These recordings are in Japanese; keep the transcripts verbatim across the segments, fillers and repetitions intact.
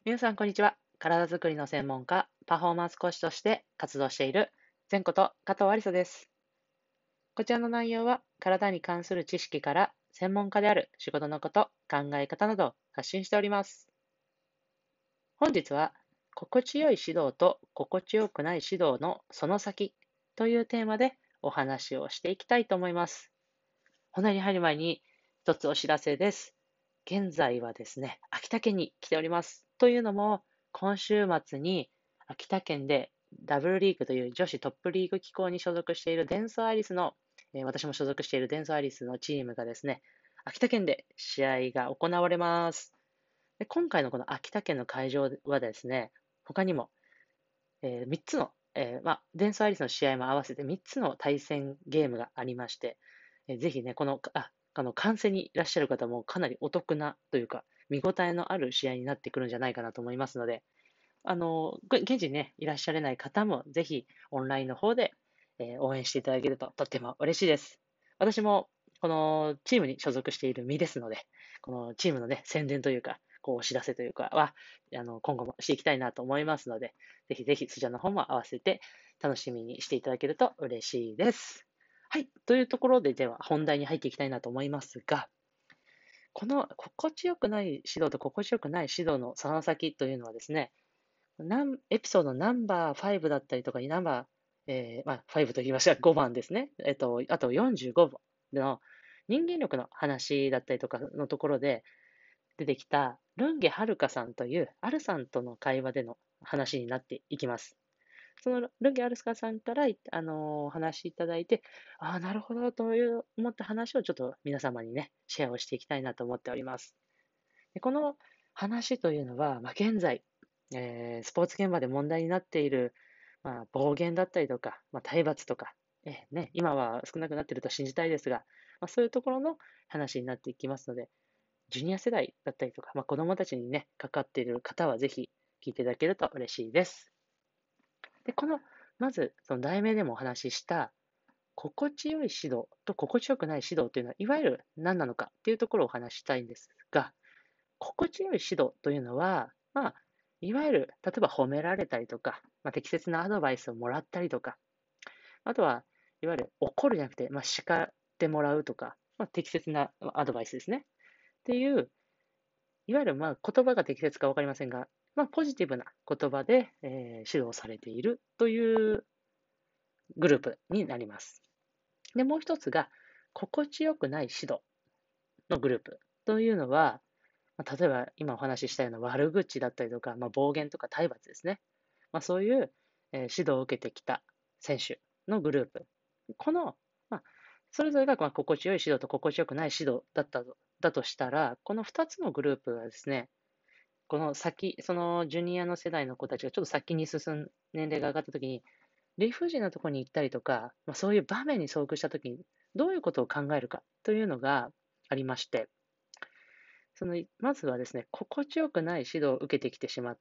皆さん、こんにちは。体づくりの専門家、パフォーマンス講師として活動している、前こと加藤ありさです。こちらの内容は、体に関する知識から、専門家である仕事のこと、考え方などを発信しております。本日は、心地よい指導と心地よくない指導のその先というテーマでお話をしていきたいと思います。本題に入る前に、一つお知らせです。現在はですね、秋田県に来ております。というのも、今週末に秋田県で ダブル リーグという女子トップリーグ機構に所属しているデンソーアリスの、えー私も所属しているデンソーアリスのチームがですね、秋田県で試合が行われます。で今回のこの秋田県の会場はですね、他にも、えーみっつの、えーまあ、デンソーアリスの試合も合わせてみっつの対戦ゲームがありまして、えーぜひね、この、あ、あの、観戦にいらっしゃる方もかなりお得なというか、見応えのある試合になってくるんじゃないかなと思いますので、あの、げ現地にね、いらっしゃれない方も、ぜひオンラインの方で、えー応援していただけるととっても嬉しいです。私も、このチームに所属している身ですので、このチームのね、宣伝というか、こうお知らせというかは、あの、今後もしていきたいなと思いますので、ぜひぜひそちらの方も合わせて楽しみにしていただけると嬉しいです。はい。というところで、では本題に入っていきたいなと思いますが、この心地よくない指導と心地よくない指導のその先というのはですね、なんエピソードナンバーごだったりとか、ナンバー、えーまあ、ごと言いましたが、ごばんですね。えっと、あとよんじゅうごばんの人間力の話だったりとかのところで出てきた、ルンゲはるかさんというアルさんとの会話での話になっていきます。そのルンゲアルスカさんから、あのお話しいただいて、ああ、なるほど、という思った話をちょっと皆様にね、シェアをしていきたいなと思っております。でこの話というのは、まあ、現在、えースポーツ現場で問題になっている、まあ、暴言だったりとか、まあ、体罰とか、えーね、今は少なくなっていると信じたいですが、まあ、そういうところの話になっていきますので、ジュニア世代だったりとか、まあ、子供たちにね、かかっている方はぜひ聞いていただけると嬉しいです。で、この、まず、その題名でもお話しした、心地よい指導と心地よくない指導というのは、いわゆる何なのかっていうところをお話ししたいんですが、心地よい指導というのは、まあ、いわゆる、例えば褒められたりとか、まあ、適切なアドバイスをもらったりとか、あとは、いわゆる怒るじゃなくて、まあ、叱ってもらうとか、まあ、適切なアドバイスですね。っていう、いわゆる、まあ、言葉が適切かわかりませんが、まあ、ポジティブな言葉で、えー指導されているというグループになります。で、もう一つが、心地よくない指導のグループというのは、まあ、例えば今お話ししたような悪口だったりとか、まあ、暴言とか体罰ですね。まあ、そういう、えー指導を受けてきた選手のグループ。この、まあ、それぞれがまあ心地よい指導と心地よくない指導だったとだとしたら、このふたつのグループはですね、この先、そのジュニアの世代の子たちがちょっと先に進ん、年齢が上がったときに、理不尽なところに行ったりとか、まあ、そういう場面に遭遇したときに、どういうことを考えるかというのがありまして、その、まずはですね、心地よくない指導を受けてきてしまった、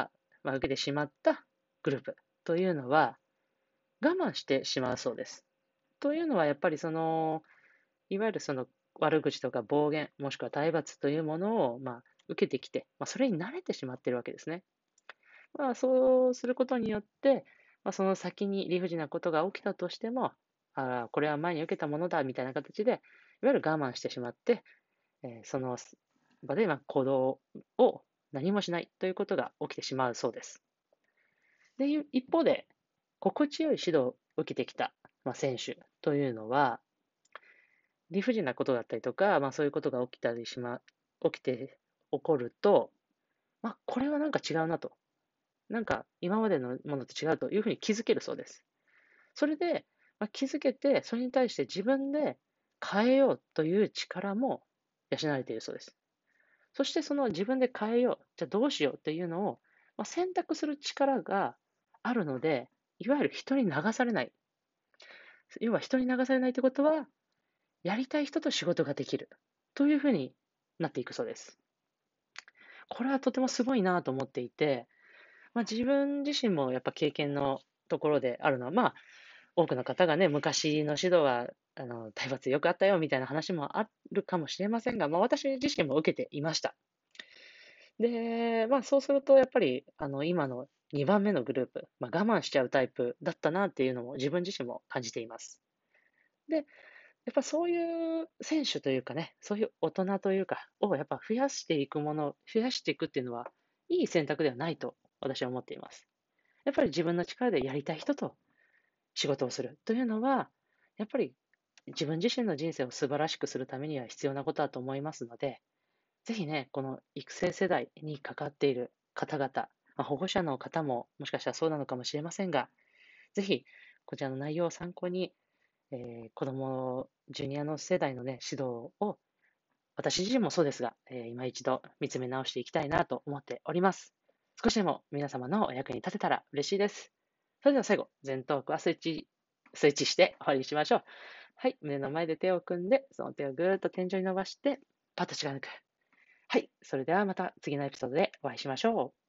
まあ、受けてしまったグループというのは、我慢してしまうそうです。というのは、やっぱりその、いわゆるその悪口とか暴言、もしくは体罰というものを、まあ、受けてきて、まあ、それに慣れてしまっているわけですね。まあ、そうすることによって、まあ、その先に理不尽なことが起きたとしても、ああ、これは前に受けたものだみたいな形で、いわゆる我慢してしまって、えーその場でまあ行動を何もしないということが起きてしまうそうです。で、一方で、心地よい指導を受けてきた、まあ、選手というのは、理不尽なことだったりとか、まあ、そういうことが起きたりしま、起きて、起こると、まあ、これはなんか違うなと。なんか今までのものと違うというふうに気づけるそうです。それで、まあ、気づけて、それに対して自分で変えようという力も養われているそうです。そしてその自分で変えよう、じゃあどうしようっていうのを、まあ、選択する力があるので、いわゆる人に流されない。要は人に流されないってことは、やりたい人と仕事ができるというふうになっていくそうです。これはとてもすごいなと思っていて、まあ、自分自身もやっぱ経験のところであるのは、まあ、多くの方がね、昔の指導は、あの、体罰よくあったよみたいな話もあるかもしれませんが、まあ、私自身も受けていました。 で、まあそうすると、やっぱり、あの、今のにばんめのグループ、まあ我慢しちゃうタイプだったなっていうのも自分自身も感じています。で、やっぱそういう選手というかね、そういう大人というか、をやっぱ増やしていくもの、増やしていくっていうのは、いい選択ではないと私は思っています。やっぱり自分の力でやりたい人と仕事をするというのは、やっぱり自分自身の人生を素晴らしくするためには必要なことだと思いますので、ぜひね、この育成世代にかかっている方々、まあ、保護者の方ももしかしたらそうなのかもしれませんが、ぜひこちらの内容を参考に、えー子供、ジュニアの世代のね、指導を私自身もそうですが、えー今一度見つめ直していきたいなと思っております。少しでも皆様のお役に立てたら嬉しいです。それでは最後、前頭腔はスイッチ、スイッチして終わりにしましょう。はい、胸の前で手を組んで、その手をぐーっと天井に伸ばして、パッと力抜く。はい、それではまた次のエピソードでお会いしましょう。